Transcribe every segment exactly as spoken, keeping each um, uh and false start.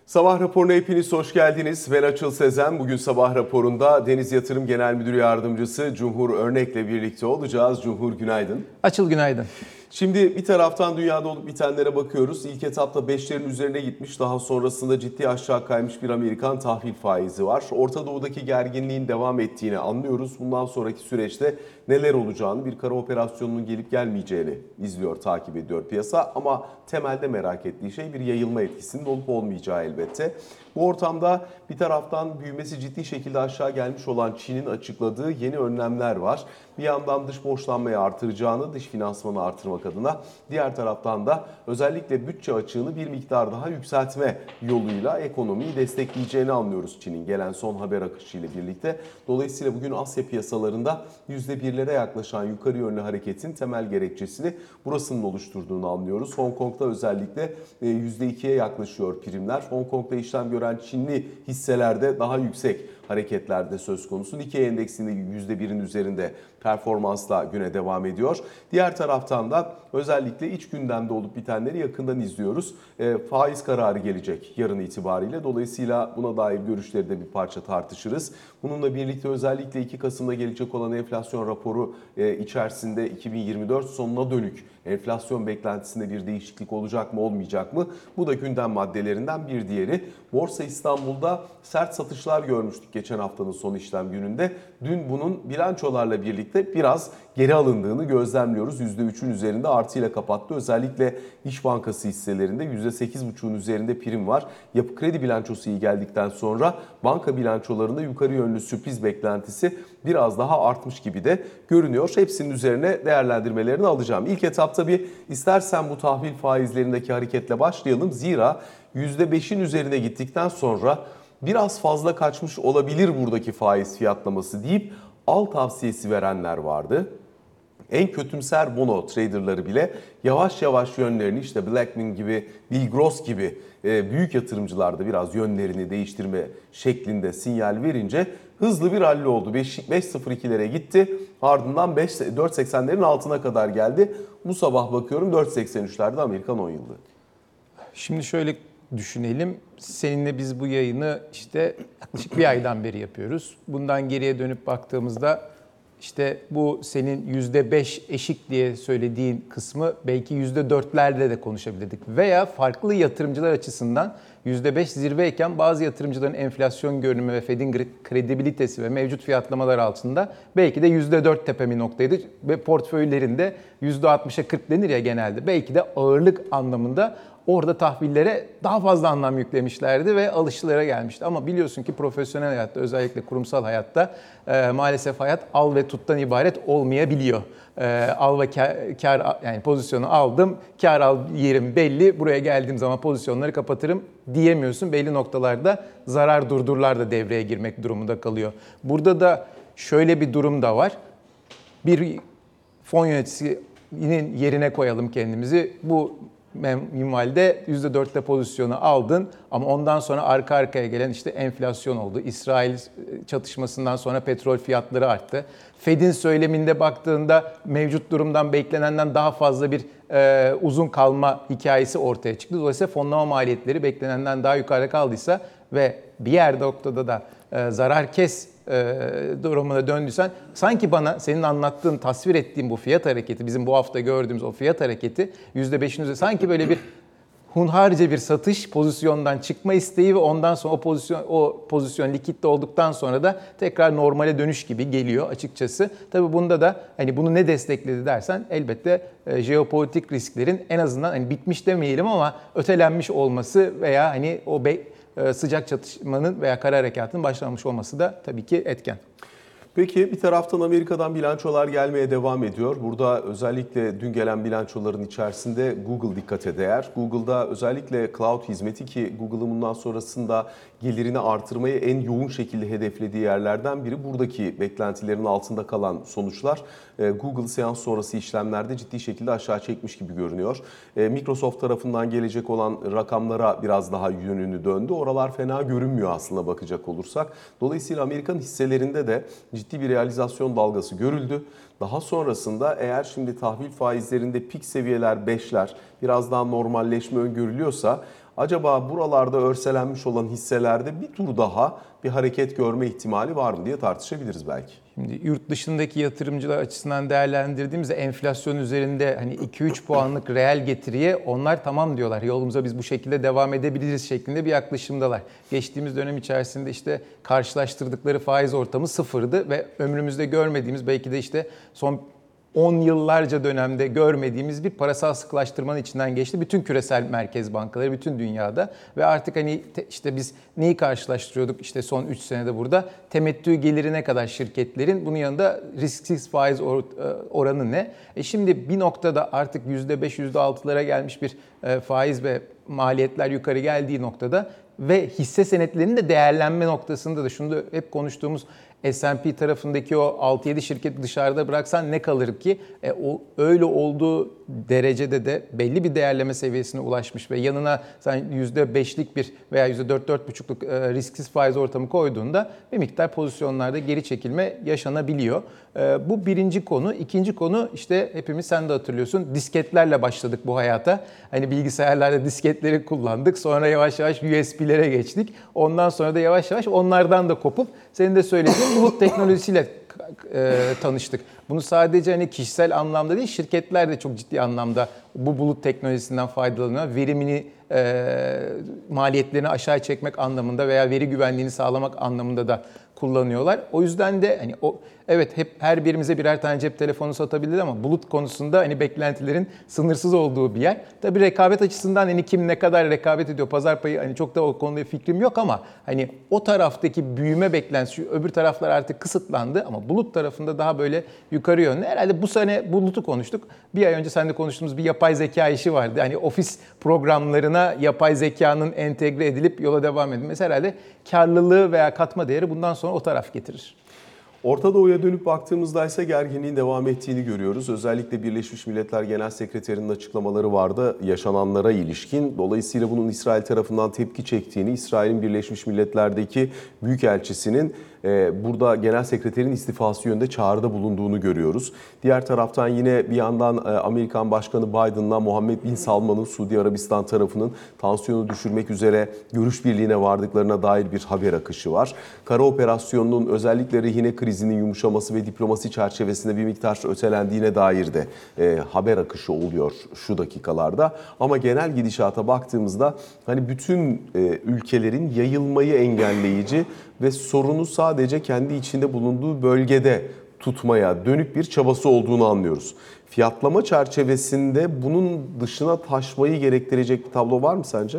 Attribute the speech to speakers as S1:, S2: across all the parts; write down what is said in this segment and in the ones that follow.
S1: Sabah raporuna hepiniz hoş geldiniz. Ben Açıl Sezen. Bugün sabah raporunda Deniz Yatırım Genel Müdür Yardımcısı Cumhur Örnek'le birlikte olacağız. Cumhur günaydın.
S2: Açıl günaydın.
S1: Şimdi bir taraftan dünyada olup bitenlere bakıyoruz. İlk etapta beşlerin üzerine gitmiş, daha sonrasında ciddi aşağı kaymış bir Amerikan tahvil faizi var. Orta Doğu'daki gerginliğin devam ettiğini anlıyoruz. Bundan sonraki süreçte neler olacağını, bir kara operasyonunun gelip gelmeyeceğini izliyor, takip ediyor piyasa. Ama temelde merak ettiği şey bir yayılma etkisinin olup olmayacağı elbette. Bu ortamda bir taraftan büyümesi ciddi şekilde aşağı gelmiş olan Çin'in açıkladığı yeni önlemler var. Bir yandan dış borçlanmayı artıracağını, dış finansmanı artırmak adına, diğer taraftan da özellikle bütçe açığını bir miktar daha yükseltme yoluyla ekonomiyi destekleyeceğini anlıyoruz Çin'in gelen son haber akışıyla birlikte. Dolayısıyla bugün Asya piyasalarında yüzde birlere yaklaşan yukarı yönlü hareketin temel gerekçesini burasının oluşturduğunu anlıyoruz. Hong Kong'da özellikle yüzde ikiye yaklaşıyor primler. Hong Kong'da işlem gören Çinli hisselerde daha yüksek hareketlerde söz konusu. Nikkei endeksinde yüzde birin üzerinde performansla güne devam ediyor. Diğer taraftan da özellikle iç gündemde olup bitenleri yakından izliyoruz. E, faiz kararı gelecek yarın itibariyle. Dolayısıyla buna dair görüşleri de bir parça tartışırız. Bununla birlikte özellikle iki Kasım'da gelecek olan enflasyon raporu e, içerisinde iki bin yirmi dört sonuna dönük enflasyon beklentisinde bir değişiklik olacak mı olmayacak mı? Bu da gündem maddelerinden bir diğeri. Borsa İstanbul'da sert satışlar görmüştük geçen haftanın son işlem gününde. Dün bunun bilançolarla birlikte biraz geri alındığını gözlemliyoruz. yüzde üçün üzerinde artıyla kapattı. Özellikle İş Bankası hisselerinde yüzde sekiz buçuğun üzerinde prim var. Yapı Kredi bilançosu iyi geldikten sonra banka bilançolarında yukarı yönlü sürpriz beklentisi biraz daha artmış gibi de görünüyor. Hepsinin üzerine değerlendirmelerini alacağım. İlk etapta bir istersen bu tahvil faizlerindeki hareketle başlayalım. Zira yüzde beşin üzerine gittikten sonra biraz fazla kaçmış olabilir buradaki faiz fiyatlaması deyip al tavsiyesi verenler vardı. En kötümser bono traderları bile yavaş yavaş yönlerini, işte Blackman gibi, Bill Gross gibi büyük yatırımcılar da biraz yönlerini değiştirme şeklinde sinyal verince hızlı bir rally oldu. beş nokta sıfır ikilere gitti. Ardından dört seksenlerin altına kadar geldi. Bu sabah bakıyorum dört seksen üçlerde Amerikan on yıllığı.
S2: Şimdi şöyle düşünelim. Seninle biz bu yayını işte yaklaşık bir aydan beri yapıyoruz. Bundan geriye dönüp baktığımızda işte bu senin yüzde beş eşik diye söylediğin kısmı belki yüzde dörtlerde de konuşabilirdik. Veya farklı yatırımcılar açısından yüzde beş zirveyken bazı yatırımcıların enflasyon görünümü ve Fed'in kredibilitesi ve mevcut fiyatlamalar altında belki de yüzde dört tepe bir noktaydı. Ve portföylerinde yüzde altmışa kırk denir ya genelde. Belki de ağırlık anlamında orada tahvillere daha fazla anlam yüklemişlerdi ve alışılara gelmişti. Ama biliyorsun ki profesyonel hayatta, özellikle kurumsal hayatta e, maalesef hayat al ve tuttan ibaret olmayabiliyor. E, al ve kar, kar yani pozisyonu aldım, kar al yerim belli, buraya geldiğim zaman pozisyonları kapatırım diyemiyorsun. Belli noktalarda zarar durdurlar da devreye girmek durumunda kalıyor. Burada da şöyle bir durum da var. Bir fon yöneticisinin yerine koyalım kendimizi. Bu minvalde yüzde dörtte pozisyonu aldın ama ondan sonra arka arkaya gelen işte enflasyon oldu. İsrail çatışmasından sonra petrol fiyatları arttı. Fed'in söyleminde baktığında mevcut durumdan beklenenden daha fazla bir e, uzun kalma hikayesi ortaya çıktı. Dolayısıyla fonlama maliyetleri beklenenden daha yukarıda kaldıysa ve bir yer noktada da e, zarar kes durumuna döndüysen, sanki bana senin anlattığın, tasvir ettiğin bu fiyat hareketi, bizim bu hafta gördüğümüz o fiyat hareketi yüzde beşin üzerinde, sanki böyle bir hunharca bir satış pozisyondan çıkma isteği ve ondan sonra o pozisyon o pozisyon likitte olduktan sonra da tekrar normale dönüş gibi geliyor açıkçası. Tabii bunda da hani bunu ne destekledi dersen elbette e, jeopolitik risklerin en azından hani bitmiş demeyelim ama ötelenmiş olması veya hani o be, sıcak çatışmanın veya kara harekatının başlanmış olması da tabii ki etken.
S1: Peki bir taraftan Amerika'dan bilançolar gelmeye devam ediyor. Burada özellikle dün gelen bilançoların içerisinde Google dikkate değer. Google'da özellikle cloud hizmeti, ki Google'ın bundan sonrasında gelirini artırmayı en yoğun şekilde hedeflediği yerlerden biri. Buradaki beklentilerin altında kalan sonuçlar Google seans sonrası işlemlerde ciddi şekilde aşağı çekmiş gibi görünüyor. Microsoft tarafından gelecek olan rakamlara biraz daha yönünü döndü. Oralar fena görünmüyor aslında bakacak olursak. Dolayısıyla Amerikan hisselerinde de ciddi bir realizasyon dalgası görüldü. Daha sonrasında eğer şimdi tahvil faizlerinde pik seviyeler beşler, biraz daha normalleşme öngörülüyorsa Acaba buralarda örselenmiş olan hisselerde bir tur daha bir hareket görme ihtimali var mı diye tartışabiliriz belki.
S2: Şimdi yurt dışındaki yatırımcılar açısından değerlendirdiğimizde enflasyon üzerinde hani iki üç puanlık reel getiriye onlar tamam diyorlar. Yolumuza biz bu şekilde devam edebiliriz şeklinde bir yaklaşımdalar. Geçtiğimiz dönem içerisinde işte karşılaştırdıkları faiz ortamı sıfırdı ve ömrümüzde görmediğimiz belki de işte son on yıllarca dönemde görmediğimiz bir parasal sıkılaştırmanın içinden geçti. Bütün küresel merkez bankaları, bütün dünyada ve artık hani te, işte biz neyi karşılaştırıyorduk işte son üç senede burada? Temettü gelirine kadar şirketlerin, bunun yanında risksiz faiz or, oranı ne? E şimdi bir noktada artık yüzde beş, yüzde altılara gelmiş bir faiz ve maliyetler yukarı geldiği noktada ve hisse senetlerinin de değerlenme noktasında da şunu da hep konuştuğumuz S and P tarafındaki o altı yedi şirketi dışarıda bıraksan ne kalır ki? E, o öyle olduğu derecede de belli bir değerleme seviyesine ulaşmış ve yanına sen yüzde beşlik bir veya yüzde dört dört buçukluk e, risksiz faiz ortamı koyduğunda bir miktar pozisyonlarda geri çekilme yaşanabiliyor. E, bu birinci konu. İkinci konu işte hepimiz, sen de hatırlıyorsun, disketlerle başladık bu hayata. Hani bilgisayarlarda disketleri kullandık. Sonra yavaş yavaş U S B'lere geçtik. Ondan sonra da yavaş yavaş onlardan da kopup senin de söylediğin bulut teknolojisiyle e, tanıştık. Bunu sadece hani kişisel anlamda değil, şirketler de çok ciddi anlamda bu bulut teknolojisinden faydalanıyor. Verimini, e, maliyetlerini aşağı çekmek anlamında veya veri güvenliğini sağlamak anlamında da kullanıyorlar. O yüzden de hani o evet hep her birimize birer tane cep telefonu satabilir ama bulut konusunda hani beklentilerin sınırsız olduğu bir yer. Tabii rekabet açısından hani kim ne kadar rekabet ediyor, pazar payı, hani çok da o konuda fikrim yok ama hani o taraftaki büyüme beklentisi, öbür taraflar artık kısıtlandı ama bulut tarafında daha böyle yukarı yönlü. Herhalde bu sene bulutu konuştuk. Bir ay önce seninle konuştuğumuz bir yapay zeka işi vardı. Hani ofis programlarına yapay zekanın entegre edilip yola devam edilmesi herhalde karlılığı veya katma değeri bundan sonra o taraf getirir.
S1: Orta Doğu'ya dönüp baktığımızda ise gerginliğin devam ettiğini görüyoruz. Özellikle Birleşmiş Milletler Genel Sekreterinin açıklamaları vardı yaşananlara ilişkin. Dolayısıyla bunun İsrail tarafından tepki çektiğini, İsrail'in Birleşmiş Milletler'deki büyükelçisinin burada Genel Sekreterin istifası yönünde çağrıda bulunduğunu görüyoruz. Diğer taraftan yine bir yandan Amerikan Başkanı Biden'la Muhammed Bin Salman'ın Suudi Arabistan tarafının tansiyonu düşürmek üzere görüş birliğine vardıklarına dair bir haber akışı var. Kara operasyonunun özellikle rehine krizinin yumuşaması ve diplomasi çerçevesinde bir miktar ötelendiğine dair de e, haber akışı oluyor şu dakikalarda. Ama genel gidişata baktığımızda hani bütün e, ülkelerin yayılmayı engelleyici ve sorunu sadece kendi içinde bulunduğu bölgede tutmaya dönük bir çabası olduğunu anlıyoruz. Fiyatlama çerçevesinde bunun dışına taşmayı gerektirecek bir tablo var mı sence?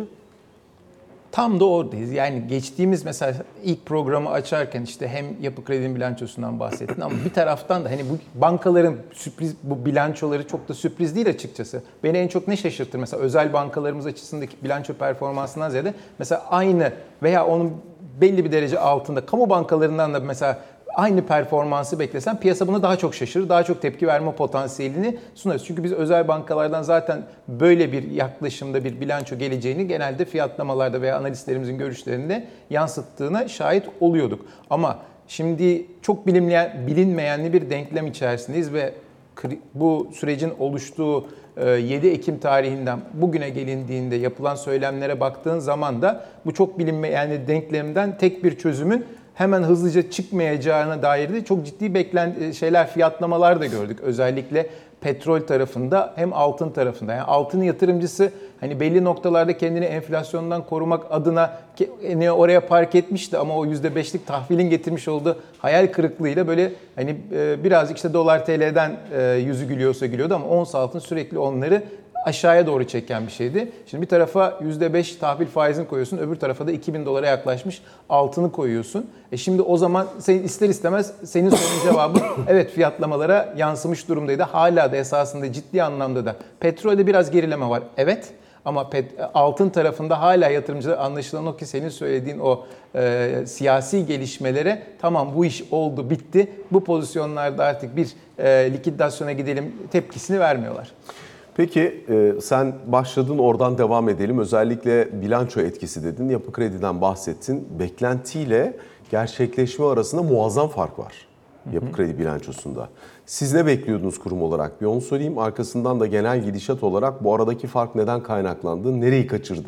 S2: Tam da oradayız. Yani geçtiğimiz mesela ilk programı açarken işte hem Yapı Kredi'nin bilançosundan bahsettin ama bir taraftan da hani bu bankaların sürpriz, bu bilançoları çok da sürpriz değil açıkçası. Beni en çok ne şaşırtır mesela özel bankalarımız açısındaki bilanço performansından ziyade mesela aynı veya onun belli bir derece altında kamu bankalarından da mesela aynı performansı beklesen piyasa buna daha çok şaşırır, daha çok tepki verme potansiyelini sunarız. Çünkü biz özel bankalardan zaten böyle bir yaklaşımda bir bilanço geleceğini genelde fiyatlamalarda veya analistlerimizin görüşlerinde yansıttığına şahit oluyorduk. Ama şimdi çok bilinmeyen, bilinmeyenli bir denklem içerisindeyiz ve bu sürecin oluştuğu yedi Ekim tarihinden bugüne gelindiğinde yapılan söylemlere baktığın zaman da bu çok bilinmeyenli denklemden tek bir çözümün hemen hızlıca çıkmayacağına dair de çok ciddi beklenti şeyler, fiyatlamalar da gördük. Özellikle petrol tarafında hem altın tarafında. Yani altın yatırımcısı hani belli noktalarda kendini enflasyondan korumak adına oraya park etmişti ama o yüzde beşlik tahvilin getirmiş olduğu hayal kırıklığıyla böyle hani birazcık işte dolar T L'den yüzü gülüyorsa gülüyordu ama ons altın sürekli onları aşağıya doğru çeken bir şeydi. Şimdi bir tarafa yüzde beş tahvil faizini koyuyorsun, öbür tarafa da iki bin dolara yaklaşmış altını koyuyorsun. E şimdi o zaman senin ister istemez senin sorunun cevabı evet fiyatlamalara yansımış durumdaydı. Hala da esasında ciddi anlamda da petrolde biraz gerileme var. Evet. Ama pet, altın tarafında hala yatırımcılar anlaşılan o ki senin söylediğin o e, siyasi gelişmelere tamam bu iş oldu bitti. Bu pozisyonlarda artık bir e, likidasyona gidelim tepkisini vermiyorlar.
S1: Peki sen başladın, oradan devam edelim. Özellikle bilanço etkisi dedin, Yapı Kredi'den bahsettin. Beklentiyle gerçekleşme arasında muazzam fark var Yapı Kredi bilançosunda. Siz ne bekliyordunuz kurum olarak? Bir onu sorayım. Arkasından da genel gidişat olarak bu aradaki fark neden kaynaklandı? Nereyi kaçırdı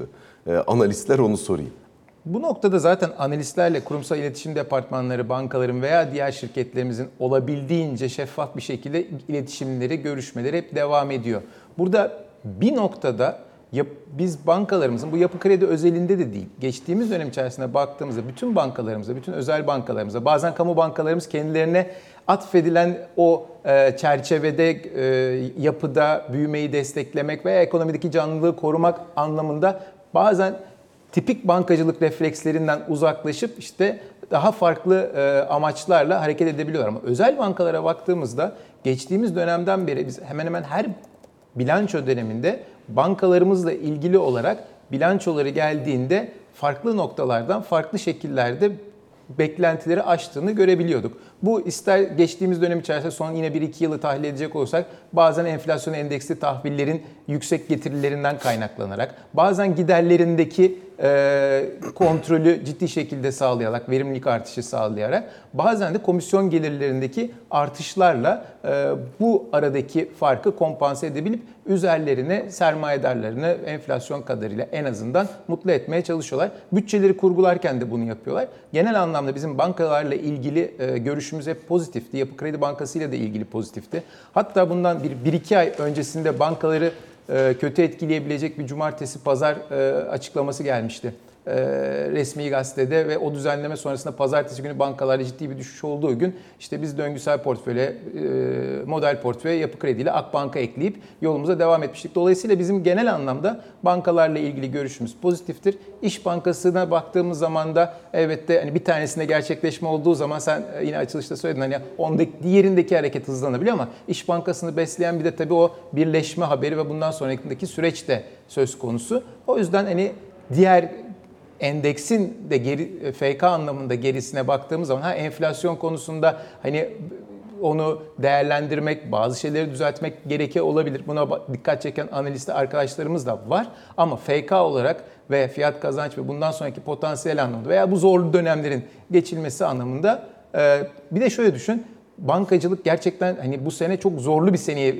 S1: e, analistler, onu sorayım.
S2: Bu noktada zaten analistlerle kurumsal iletişim departmanları, bankaların veya diğer şirketlerimizin olabildiğince şeffaf bir şekilde iletişimleri, görüşmeleri hep devam ediyor. Burada bir noktada yap, biz bankalarımızın, bu Yapı Kredi özelinde de değil, geçtiğimiz dönem içerisinde baktığımızda bütün bankalarımıza, bütün özel bankalarımıza, bazen kamu bankalarımız kendilerine atfedilen o e, çerçevede, e, yapıda büyümeyi desteklemek veya ekonomideki canlılığı korumak anlamında bazen tipik bankacılık reflekslerinden uzaklaşıp işte daha farklı e, amaçlarla hareket edebiliyorlar. Ama özel bankalara baktığımızda geçtiğimiz dönemden beri biz hemen hemen her bilanço döneminde bankalarımızla ilgili olarak bilançoları geldiğinde farklı noktalardan, farklı şekillerde beklentileri aştığını görebiliyorduk. Bu ister geçtiğimiz dönem içerisinde son yine bir iki yılı tahlil edecek olursak bazen enflasyon endeksli tahvillerin yüksek getirilerinden kaynaklanarak, bazen giderlerindeki e, kontrolü ciddi şekilde sağlayarak, verimlilik artışı sağlayarak, bazen de komisyon gelirlerindeki artışlarla e, bu aradaki farkı kompanse edebilip üzerlerine sermayedarlarını enflasyon kadarıyla en azından mutlu etmeye çalışıyorlar. Bütçeleri kurgularken de bunu yapıyorlar. Genel anlamda bizim bankalarla ilgili e, görüşümüz hep pozitifti. Yapı Kredi Bankası ile de ilgili pozitifti. Hatta bundan bir, bir iki ay öncesinde bankaları e, kötü etkileyebilecek bir cumartesi pazar e, açıklaması gelmişti. E, resmi gazetede ve o düzenleme sonrasında pazartesi günü bankalarda ciddi bir düşüş olduğu gün işte biz döngüsel portföye, e, model portföye Yapı Kredi ile Akbank'a ekleyip yolumuza devam etmiştik. Dolayısıyla bizim genel anlamda bankalarla ilgili görüşümüz pozitiftir. İş Bankası'na baktığımız zaman da evet de hani bir tanesinde gerçekleşme olduğu zaman sen yine açılışta söyledin hani ondaki diğerindeki hareket hızlanabiliyor ama İş Bankası'nı besleyen bir de tabii o birleşme haberi ve bundan sonraki süreç de söz konusu. O yüzden hani diğer endeksin de geri, F K anlamında gerisine baktığımız zaman ha enflasyon konusunda hani onu değerlendirmek, bazı şeyleri düzeltmek gerekiyor olabilir. Buna dikkat çeken analist arkadaşlarımız da var. Ama F K olarak ve fiyat kazanç ve bundan sonraki potansiyel anlamda veya bu zorlu dönemlerin geçilmesi anlamında bir de şöyle düşün. Bankacılık gerçekten hani bu sene çok zorlu bir seneye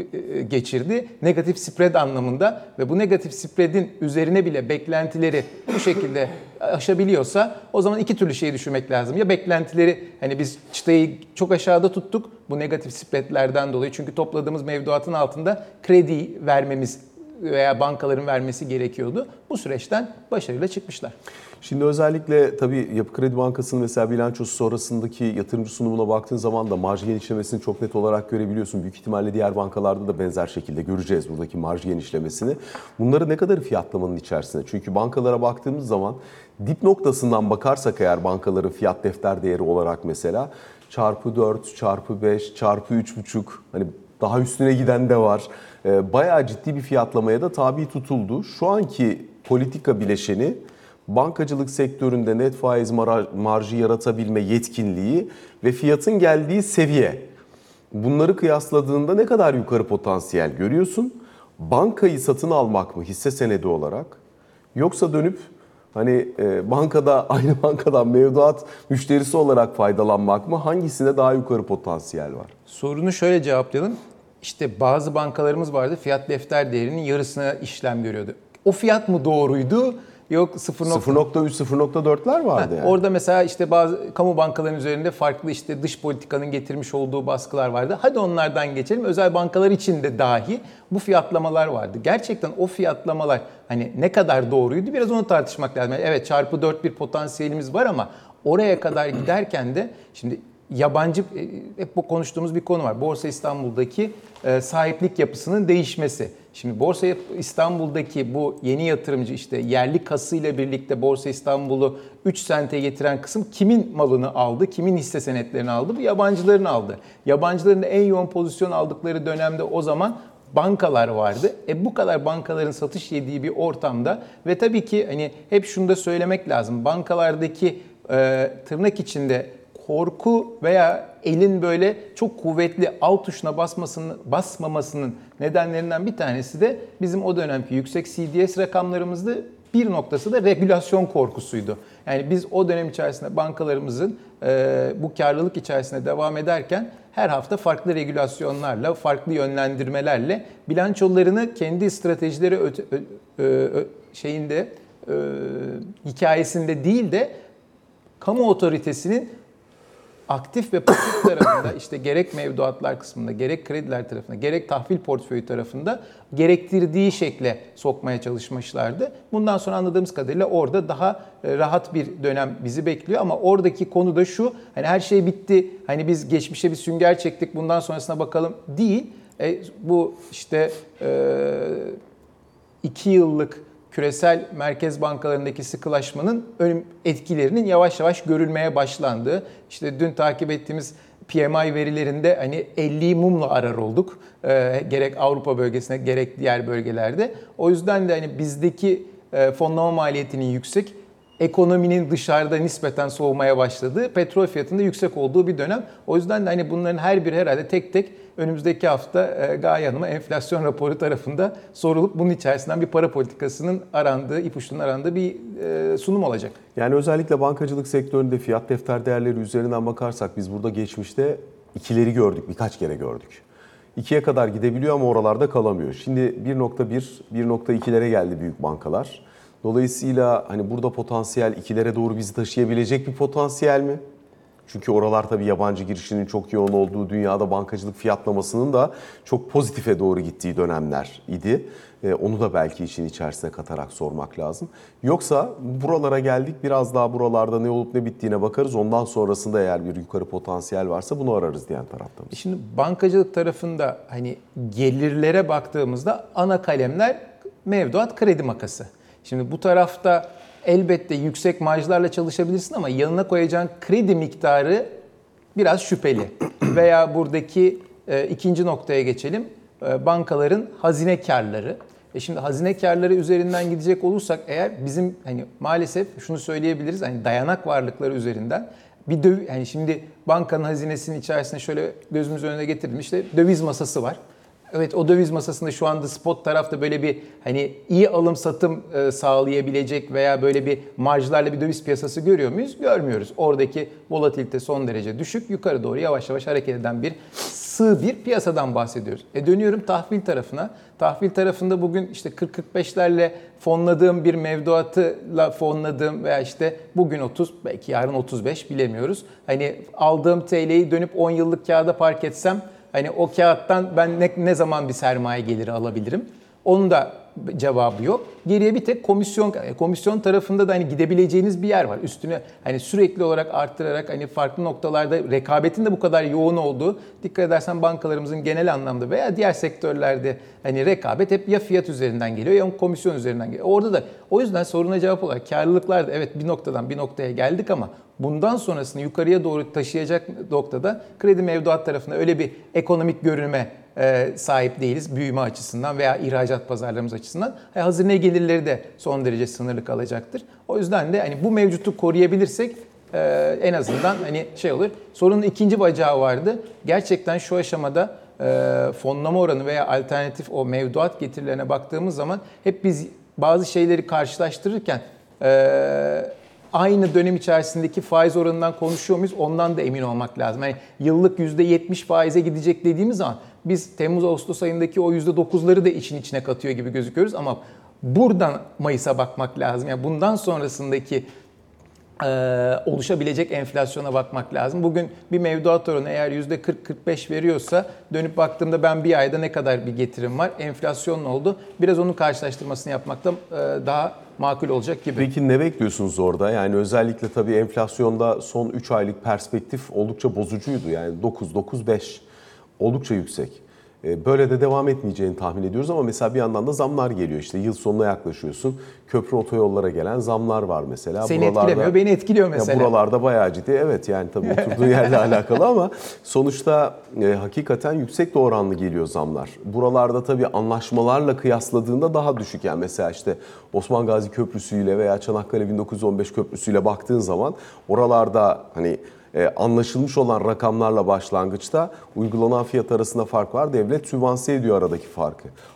S2: geçirdi. Negatif spread anlamında ve bu negatif spread'in üzerine bile beklentileri bu şekilde aşabiliyorsa o zaman iki türlü şeyi düşünmek lazım. Ya beklentileri hani biz çıtayı çok aşağıda tuttuk bu negatif spread'lerden dolayı çünkü topladığımız mevduatın altında kredi vermemiz veya bankaların vermesi gerekiyordu. Bu süreçten başarıyla çıkmışlar.
S1: Şimdi özellikle tabii Yapı Kredi Bankası'nın mesela bilançosu sonrasındaki yatırımcı sunumuna baktığın zaman da marj genişlemesini çok net olarak görebiliyorsun. Büyük ihtimalle diğer bankalarda da benzer şekilde göreceğiz buradaki marj genişlemesini. Bunları ne kadar fiyatlamanın içerisinde? Çünkü bankalara baktığımız zaman dip noktasından bakarsak eğer bankaların fiyat defter değeri olarak mesela çarpı dört, çarpı beş, çarpı üç buçuk hani daha üstüne giden de var. Bayağı ciddi bir fiyatlamaya da tabi tutuldu. Şu anki politika bileşeni bankacılık sektöründe net faiz marjı yaratabilme yetkinliği ve fiyatın geldiği seviye. Bunları kıyasladığında ne kadar yukarı potansiyel görüyorsun? Bankayı satın almak mı hisse senedi olarak? Yoksa dönüp hani e, bankada aynı bankadan mevduat müşterisi olarak faydalanmak mı? Hangisine daha yukarı potansiyel var?
S2: Sorunu şöyle cevaplayalım. İşte bazı bankalarımız vardı fiyat defter değerinin yarısına işlem görüyordu. O fiyat mı doğruydu? Yok sıfır nokta
S1: üç sıfır nokta dörtler vardı
S2: ha,
S1: yani.
S2: Orada mesela işte bazı kamu bankalarının üzerinde farklı işte dış politikanın getirmiş olduğu baskılar vardı. Hadi onlardan geçelim. Özel bankalar için de dahi bu fiyatlamalar vardı. Gerçekten o fiyatlamalar hani ne kadar doğruydu biraz onu tartışmak lazım. Yani evet çarpı dört bir potansiyelimiz var ama oraya kadar giderken de şimdi yabancı hep bu konuştuğumuz bir konu var. Borsa İstanbul'daki sahiplik yapısının değişmesi. Şimdi Borsa İstanbul'daki bu yeni yatırımcı işte yerli kasıyla birlikte Borsa İstanbul'u üç sente getiren kısım kimin malını aldı, kimin hisse senetlerini aldı? Bu yabancıların aldı. Yabancıların da en yoğun pozisyon aldıkları dönemde o zaman bankalar vardı. E bu kadar bankaların satış yediği bir ortamda ve tabii ki hani hep şunu da söylemek lazım. Bankalardaki e, tırnak içinde korku veya elin böyle çok kuvvetli alt tuşuna basmasının, basmamasının nedenlerinden bir tanesi de bizim o dönemki yüksek C D S rakamlarımızdı. Bir noktası da regülasyon korkusuydu. Yani biz o dönem içerisinde bankalarımızın e, bu karlılık içerisinde devam ederken her hafta farklı regülasyonlarla, farklı yönlendirmelerle bilançolarını kendi stratejileri öte, ö, ö, şeyinde e, hikayesinde değil de kamu otoritesinin aktif ve pasif tarafında işte gerek mevduatlar kısmında, gerek krediler tarafında, gerek tahvil portföyü tarafında gerektirdiği şekle sokmaya çalışmışlardı. Bundan sonra anladığımız kadarıyla orada daha rahat bir dönem bizi bekliyor ama oradaki konu da şu, hani her şey bitti, hani biz geçmişe bir sünger çektik, bundan sonrasına bakalım değil. E, bu işte e, iki yıllık küresel merkez bankalarındaki sıkılaşmanın etkilerinin yavaş yavaş görülmeye başlandığı, işte dün takip ettiğimiz P M I verilerinde hani elliyi mumla arar olduk. Ee, gerek Avrupa bölgesinde gerek diğer bölgelerde. O yüzden de hani bizdeki e, fonlama maliyetinin yüksek, ekonominin dışarıda nispeten soğumaya başladığı, petrol fiyatında yüksek olduğu bir dönem. O yüzden de hani bunların her biri herhalde tek tek önümüzdeki hafta e, Gaye Hanım'a enflasyon raporu tarafında sorulup bunun içerisinden bir para politikasının arandığı, ipuçlarının arandığı bir e, sunum olacak.
S1: Yani özellikle bankacılık sektöründe fiyat defter değerleri üzerinden bakarsak biz burada geçmişte ikileri gördük, birkaç kere gördük. ikiye kadar gidebiliyor ama oralarda kalamıyor. Şimdi bir nokta bir, bir nokta ikilere geldi büyük bankalar. Dolayısıyla hani burada potansiyel ikilere doğru bizi taşıyabilecek bir potansiyel mi? Çünkü oralar tabii yabancı girişinin çok yoğun olduğu, dünyada bankacılık fiyatlamasının da çok pozitife doğru gittiği dönemler idi. Ee, onu da belki işin içerisine katarak sormak lazım. Yoksa buralara geldik, biraz daha buralarda ne olup ne bittiğine bakarız. Ondan sonrasında eğer bir yukarı potansiyel varsa bunu ararız diyen tarafta mıyız?
S2: Şimdi bankacılık tarafında hani gelirlere baktığımızda ana kalemler mevduat, kredi makası. Şimdi bu tarafta elbette yüksek marjlarla çalışabilirsin ama yanına koyacağın kredi miktarı biraz şüpheli. Veya buradaki e, ikinci noktaya geçelim. E, bankaların hazine karları. E şimdi hazine karları üzerinden gidecek olursak eğer bizim hani maalesef şunu söyleyebiliriz, hani dayanak varlıkları üzerinden bir döviz, yani şimdi bankanın hazinesinin içerisinde şöyle gözümüz önüne getirdim, işte döviz masası var. Evet, o döviz masasında şu anda spot tarafta böyle bir hani iyi alım satım sağlayabilecek veya böyle bir marjlarla bir döviz piyasası görüyor muyuz? Görmüyoruz. Oradaki volatilite son derece düşük, yukarı doğru yavaş yavaş hareket eden bir sığ bir piyasadan bahsediyoruz. E dönüyorum tahvil tarafına. Tahvil tarafında bugün işte kırk kırk beşlerle fonladığım bir mevduatla fonladığım veya işte bugün otuz, belki yarın otuz beş bilemiyoruz. Hani aldığım T L'yi dönüp on yıllık kağıda park etsem, hani o kağıttan ben ne, ne zaman bir sermaye geliri alabilirim? Onun da cevabı yok. Geriye bir tek komisyon, komisyon tarafında da hani gidebileceğiniz bir yer var. Üstüne hani sürekli olarak arttırarak hani farklı noktalarda rekabetin de bu kadar yoğun olduğu, dikkat edersen bankalarımızın genel anlamda veya diğer sektörlerde hani rekabet hep ya fiyat üzerinden geliyor ya komisyon üzerinden geliyor. Orada da o yüzden soruna cevap olarak karlılıklar da evet bir noktadan bir noktaya geldik ama bundan sonrasını yukarıya doğru taşıyacak noktada kredi mevduat tarafında öyle bir ekonomik görünüme e, sahip değiliz büyüme açısından veya ihracat pazarlarımız açısından. E, hazine gelirleri de son derece sınırlı kalacaktır. O yüzden de hani bu mevcutu koruyabilirsek e, en azından hani şey olur. Sorunun ikinci bacağı vardı. Gerçekten şu aşamada e, fonlama oranı veya alternatif o mevduat getirilerine baktığımız zaman hep biz bazı şeyleri karşılaştırırken e, aynı dönem içerisindeki faiz oranından konuşuyor muyuz? Ondan da emin olmak lazım. Yani yıllık yüzde yetmiş faize gidecek dediğimiz zaman biz Temmuz-Ağustos ayındaki o yüzde dokuzları da için içine katıyor gibi gözüküyoruz ama buradan Mayıs'a bakmak lazım. Yani bundan sonrasındaki e, oluşabilecek enflasyona bakmak lazım. Bugün bir mevduat oranı eğer yüzde kırk kırk beş veriyorsa dönüp baktığımda ben bir ayda ne kadar bir getirim var? Enflasyon ne oldu? Biraz onun karşılaştırmasını yapmakta e, daha makul olacak gibi.
S1: Peki ne bekliyorsunuz orada? Yani özellikle tabii enflasyonda son üç aylık perspektif oldukça bozucuydu. Yani dokuz dokuz beş oldukça yüksek. Böyle de devam etmeyeceğini tahmin ediyoruz ama mesela bir yandan da zamlar geliyor. İşte yıl sonuna yaklaşıyorsun. Köprü otoyollara gelen zamlar var mesela.
S2: Seni
S1: buralarda,
S2: etkilemiyor, beni etkiliyor mesela.
S1: Ya buralarda bayağı ciddi. Evet yani tabii oturduğu yerle alakalı ama sonuçta e, hakikaten yüksek de oranlı geliyor zamlar. Buralarda tabii anlaşmalarla kıyasladığında daha düşük. Yani mesela işte Osman Gazi Köprüsü'yle veya Çanakkale bin dokuz yüz on beş Köprüsü'yle baktığın zaman oralarda hani Ee, anlaşılmış olan rakamlarla başlangıçta uygulanan fiyat arasında fark var. Devlet sübvanse ediyor aradaki farkı.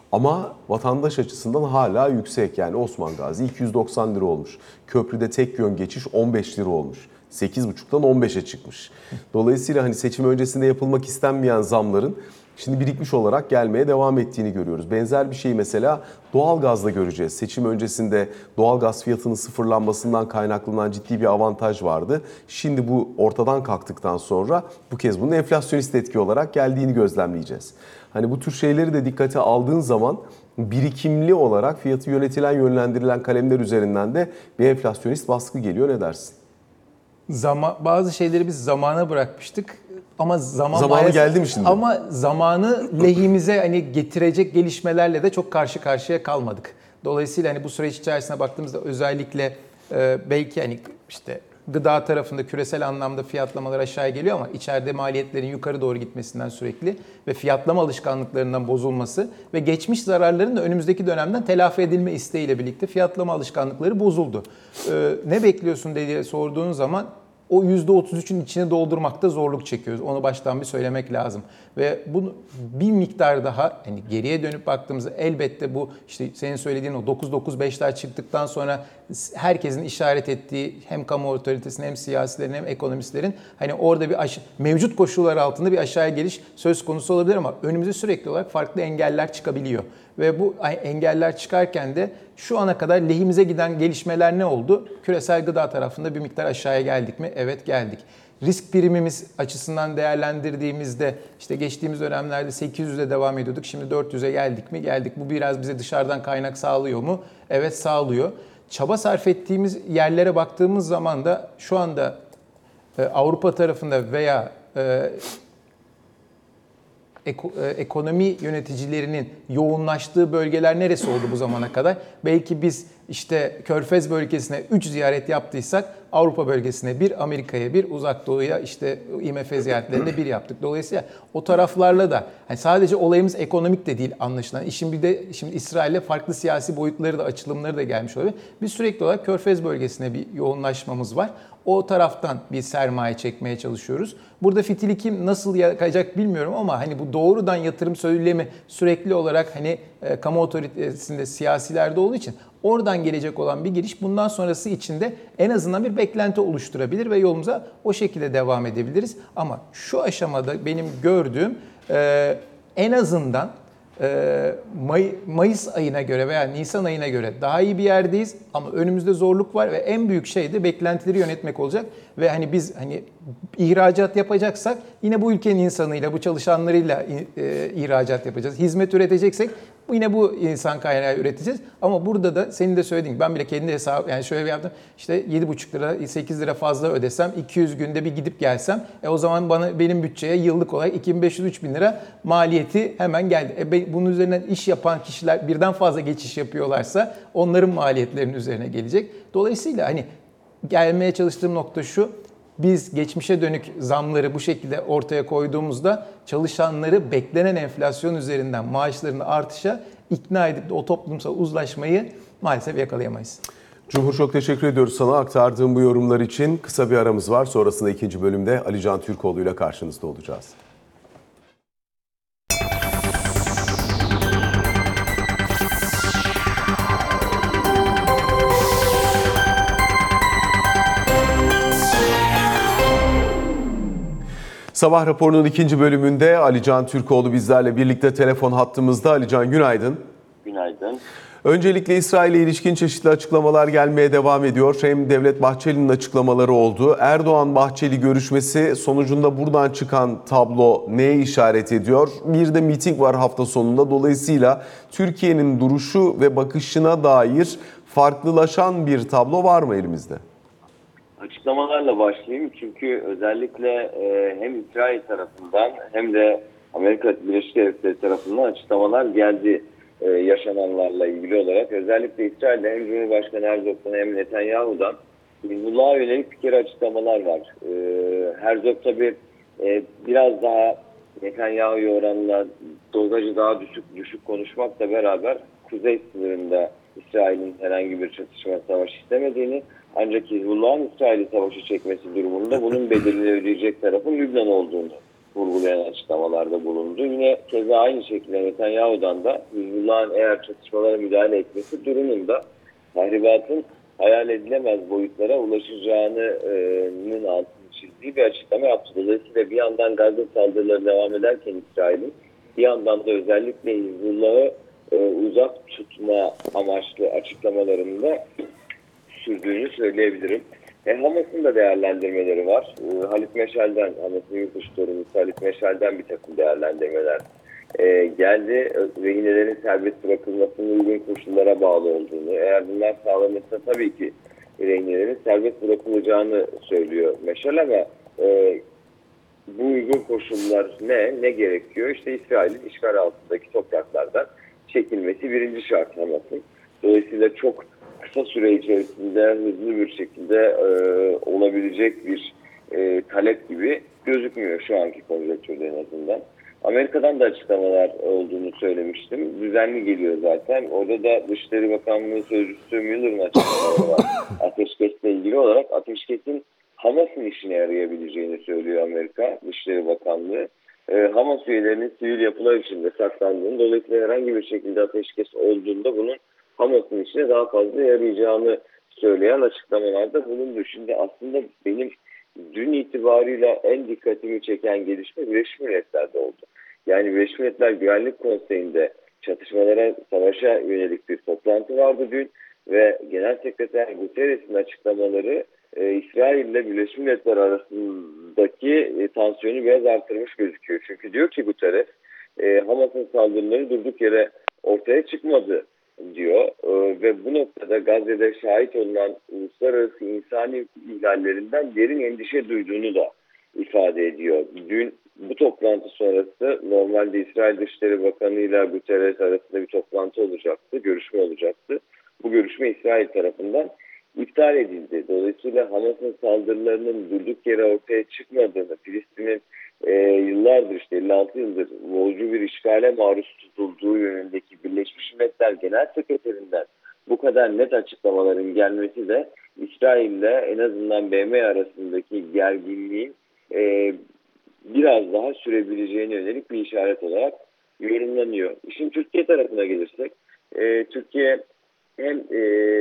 S1: Ama vatandaş açısından hala yüksek. Yani Osman Gazi iki yüz doksan lira olmuş. Köprüde tek yön geçiş on beş lira olmuş. sekiz buçuktan on beşe çıkmış. Dolayısıyla hani seçim öncesinde yapılmak istenmeyen zamların şimdi birikmiş olarak gelmeye devam ettiğini görüyoruz. Benzer bir şeyi mesela doğalgazda göreceğiz. Seçim öncesinde doğalgaz fiyatının sıfırlanmasından kaynaklanan ciddi bir avantaj vardı. Şimdi bu ortadan kalktıktan sonra bu kez bunun enflasyonist etki olarak geldiğini gözlemleyeceğiz. Hani bu tür şeyleri de dikkate aldığın zaman birikimli olarak fiyatı yönetilen, yönlendirilen kalemler üzerinden de bir enflasyonist baskı geliyor. Ne dersin?
S2: Zama, bazı şeyleri biz zamana bırakmıştık ama zaman
S1: Zamanı
S2: maalesef-
S1: geldi mi şimdi?
S2: Ama zamanı lehimize hani getirecek gelişmelerle de çok karşı karşıya kalmadık. Dolayısıyla hani bu süreç içerisine baktığımızda özellikle e, belki hani işte gıda tarafında küresel anlamda fiyatlamalar aşağıya geliyor ama içeride maliyetlerin yukarı doğru gitmesinden sürekli ve fiyatlama alışkanlıklarından bozulması ve geçmiş zararların da önümüzdeki dönemden telafi edilme isteğiyle birlikte fiyatlama alışkanlıkları bozuldu. Ee, ne bekliyorsun diye sorduğun zaman o yüzde otuz üçün içini doldurmakta zorluk çekiyoruz. Onu baştan bir söylemek lazım. Ve bunu bir miktar daha hani geriye dönüp baktığımızda elbette bu işte senin söylediğin o dokuz dokuz beşler çıktıktan sonra herkesin işaret ettiği hem kamu otoritesinin hem siyasilerin hem ekonomistlerin hani orada bir aş- mevcut koşullar altında bir aşağıya geliş söz konusu olabilir ama önümüze sürekli olarak farklı engeller çıkabiliyor. Ve bu engeller çıkarken de şu ana kadar lehimize giden gelişmeler ne oldu? Küresel gıda tarafında bir miktar aşağıya geldik mi? Evet, geldik. Risk primimiz açısından değerlendirdiğimizde işte geçtiğimiz dönemlerde sekiz yüze devam ediyorduk. Şimdi dört yüze geldik mi? Geldik. Bu biraz bize dışarıdan kaynak sağlıyor mu? Evet, sağlıyor. Çaba sarf ettiğimiz yerlere baktığımız zaman da şu anda Avrupa tarafında veya ekonomi yöneticilerinin yoğunlaştığı bölgeler neresi oldu bu zamana kadar? Belki biz işte Körfez bölgesine üç ziyaret yaptıysak Avrupa bölgesine bir, Amerika'ya bir, Uzak Doğu'ya işte I M F ziyaretlerinde bir yaptık. Dolayısıyla o taraflarla da hani sadece olayımız ekonomik de değil anlaşılan. İşin bir de şimdi İsrail'le farklı siyasi boyutları da açılımları da gelmiş olabilir. Biz sürekli olarak Körfez bölgesine bir yoğunlaşmamız var. O taraftan bir sermaye çekmeye çalışıyoruz. Burada fitili kim nasıl yakacak bilmiyorum ama hani bu doğrudan yatırım söylemi sürekli olarak hani e, kamu otoritesinde siyasilerde olduğu için oradan gelecek olan bir giriş bundan sonrası için de en azından bir beklenti oluşturabilir ve yolumuza o şekilde devam edebiliriz. Ama şu aşamada benim gördüğüm e, en azından e, May, Mayıs ayına göre veya Nisan ayına göre daha iyi bir yerdeyiz ama önümüzde zorluk var ve en büyük şey de beklentileri yönetmek olacak ve hani biz hani ihracat yapacaksak yine bu ülkenin insanıyla, bu çalışanlarıyla e, ihracat yapacağız. Hizmet üreteceksek yine bu insan kaynağı üreteceğiz. Ama burada da senin de söylediğin gibi ben bile kendi hesabı yani şöyle bir yaptım. İşte yedi buçuk lira, sekiz lira fazla ödesem, iki yüz günde bir gidip gelsem e o zaman bana benim bütçeye yıllık olarak iki bin beş yüz üç bin lira maliyeti hemen geldi. E bunun üzerinden iş yapan kişiler birden fazla geçiş yapıyorlarsa onların maliyetlerinin üzerine gelecek. Dolayısıyla hani gelmeye çalıştığım nokta şu. Biz geçmişe dönük zamları bu şekilde ortaya koyduğumuzda çalışanları beklenen enflasyon üzerinden maaşlarını artışa ikna edip de o toplumsal uzlaşmayı maalesef yakalayamayız.
S1: Cumhur, çok teşekkür ediyoruz sana aktardığın bu yorumlar için. Kısa bir aramız var. Sonrasında ikinci bölümde Ali Can Türkoğlu ile karşınızda olacağız. Sabah raporunun ikinci bölümünde Ali Can Türkoğlu bizlerle birlikte telefon hattımızda. Ali Can, günaydın.
S3: Günaydın.
S1: Öncelikle İsrail'e ilişkin çeşitli açıklamalar gelmeye devam ediyor. Hem Devlet Bahçeli'nin açıklamaları oldu. Erdoğan-Bahçeli görüşmesi sonucunda buradan çıkan tablo neye işaret ediyor? Bir de miting var hafta sonunda. Dolayısıyla Türkiye'nin duruşu ve bakışına dair farklılaşan bir tablo var mı elimizde?
S3: Açıklamalarla başlayayım çünkü özellikle e, hem İsrail tarafından hem de Amerika Birleşik Devletleri tarafından açıklamalar geldi e, yaşananlarla ilgili olarak. Özellikle İsrail'de hem Cumhurbaşkanı Herzog'dan hem Netanyahu'dan Hizbullah'a yönelik bir kere açıklamalar var. E, Herzog tabii e, biraz daha Netanyahu'ya oranla dozajı daha düşük düşük konuşmakla beraber kuzey sınırında İsrail'in herhangi bir çatışma savaş istemediğini, ancak Hizbullah'ın İsrail'i savaşı çekmesi durumunda bunun bedelini ödeyecek tarafın Lübnan olduğunu vurgulayan açıklamalarda bulundu. Yine keza aynı şekilde Netanyahu'dan da Hizbullah'ın eğer çatışmalara müdahale etmesi durumunda tahribatın hayal edilemez boyutlara ulaşacağının altını çizdiği bir açıklama yaptı. Dolayısıyla bir yandan Gazze saldırıları devam ederken İsrail'in, bir yandan da özellikle Hizbullah'ı e, uzak tutma amaçlı açıklamalarında sürdüğünü söyleyebilirim. E, Hamas'ın da değerlendirmeleri var. E, Halit Meşal'den, Hamas'ın yurt dışı sorumlusu Halit Meşal'den bir takım değerlendirmeler e, geldi. Rehinelerin serbest bırakılmasının uygun koşullara bağlı olduğunu, eğer bunlar sağlanırsa tabii ki rehinelerin serbest bırakılacağını söylüyor Meşal, ama e, bu uygun koşullar ne? Ne gerekiyor? İşte İsrail'in işgal altındaki topraklardan çekilmesi birinci şart Hamas'ın. Dolayısıyla çok kısa süre içerisinde hızlı bir şekilde e, olabilecek bir e, talep gibi gözükmüyor şu anki konjonktürde en azından. Amerika'dan da açıklamalar olduğunu söylemiştim. Düzenli geliyor zaten. Orada da Dışişleri Bakanlığı Sözcüsü Müller'ın açıklamaları var. Ateşkesle ilgili olarak ateşkesin Hamas'ın işine yarayabileceğini söylüyor Amerika Dışişleri Bakanlığı. E, Hamas üyelerinin sivil yapılar içinde saklandığını, dolayısıyla herhangi bir şekilde ateşkes olduğunda bunun Hamas'ın içine daha fazla yarayacağını söyleyen açıklamalarda bulundu. Şimdi aslında benim dün itibarıyla en dikkatimi çeken gelişme Birleşmiş Milletler'de oldu. Yani Birleşmiş Milletler Güvenlik Konseyi'nde çatışmalara, savaşa yönelik bir toplantı vardı dün ve Genel Sekreter Guterres'in açıklamaları e, İsrail ile Birleşmiş Milletler arasındaki e, tansiyonu biraz artırmış gözüküyor. Çünkü diyor ki Guterres, e, Hamas'ın saldırıları durduk yere ortaya çıkmadı diyor ee, ve bu noktada Gazze'de şahit olunan uluslararası insani ihlallerinden derin endişe duyduğunu da ifade ediyor. Dün bu toplantı sonrası normalde İsrail Dışişleri Bakanı ile Guterres arasında bir toplantı olacaktı, görüşme olacaktı. Bu görüşme İsrail tarafından iptal edildi. Dolayısıyla Hamas'ın saldırılarının durduk yere ortaya çıkmadığını, Filistin'in e, yıllardır işte elli altı yıldır boğucu bir işgale maruz tutulduğu yönündeki Birleşmiş Milletler Genel Sekreterinden bu kadar net açıklamaların gelmesi de İsrail'le en azından B M arasındaki gerginliğin e, biraz daha sürebileceğine yönelik bir işaret olarak yorumlanıyor. İşin Türkiye tarafına gelirsek, e, Türkiye hem e,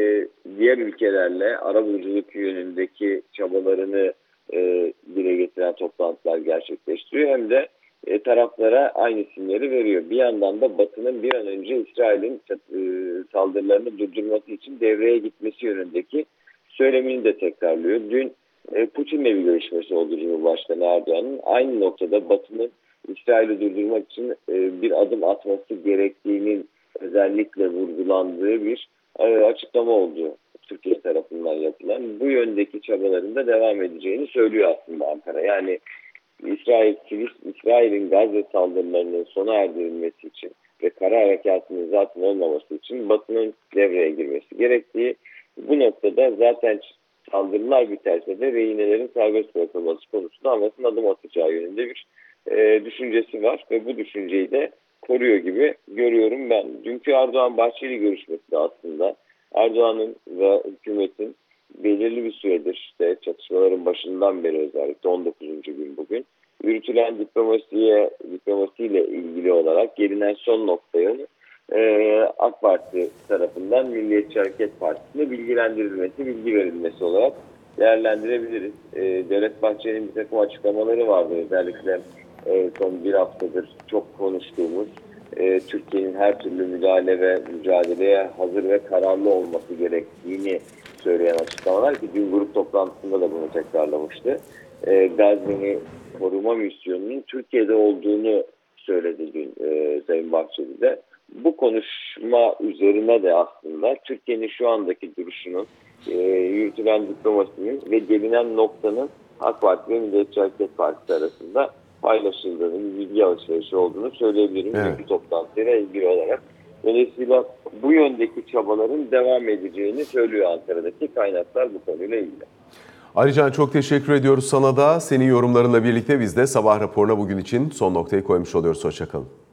S3: diğer ülkelerle arabuluculuk yönündeki çabalarını e, dile getiren toplantılar gerçekleştiriyor, hem de e, taraflara aynı sinyali veriyor. Bir yandan da Batı'nın bir an önce İsrail'in e, saldırılarını durdurması için devreye gitmesi yönündeki söylemini de tekrarlıyor. Dün e, Putin'le bir görüşmesi oldu Cumhurbaşkanı Erdoğan'ın. Aynı noktada Batı'nın İsrail'i durdurmak için e, bir adım atması gerektiğinin özellikle vurgulandığı bir e, açıklama oldu Türkiye tarafından yapılan. Bu yöndeki çabaların da devam edeceğini söylüyor aslında Ankara. Yani İsrail, İsrail'in Gazze saldırılarının sona erdirilmesi için ve kara harekatının zaten olmaması için Batı'nın devreye girmesi gerektiği, bu noktada zaten saldırılar biterse de rehinelerin serbest bırakılması konusunda Hamas'ın adım atacağı yönünde bir e, düşüncesi var ve bu düşünceyi de koruyor gibi görüyorum ben. Dünkü Erdoğan-Bahçeli görüşmesi de aslında Erdoğan'ın ve hükümetin belirli bir süredir, işte çatışmaların başından beri özellikle on dokuzuncu gün bugün yürütülen diplomasiye, diplomasiyle ilgili olarak gelinen son noktaya e, AK Parti tarafından Milliyetçi Hareket Partisi'ne bilgilendirilmesi, bilgi verilmesi olarak değerlendirebiliriz. E, Devlet Bahçeli'nin bir takım açıklamaları vardı. Özellikle e, son bir haftadır çok konuştuğumuz e, Türkiye'nin her türlü müdahale ve mücadeleye hazır ve kararlı olması gerektiğini söyleyen açıklamalar ki dün grup toplantısında da bunu tekrarlamıştı. E, Gazze'yi koruma misyonunun Türkiye'de olduğunu söyledi dün e, Sayın Bahçeli de. Bu konuşma üzerine de aslında Türkiye'nin şu andaki duruşunun, e, yürütülen diplomasinin ve gelinen noktanın AK Parti ve Milliyetçi Hareket Partisi arasında paylaşıldığını, bilgi alışverişi olduğunu söyleyebilirim.
S1: Evet.
S3: Çünkü toplantıyla ilgili olarak. Dolayısıyla bu yöndeki çabaların devam edeceğini söylüyor Ankara'daki kaynaklar bu konuyla ilgili.
S1: Alican, çok teşekkür ediyoruz sana da. Senin yorumlarınla birlikte biz de sabah raporuna bugün için son noktayı koymuş oluyoruz. Hoşça kalın.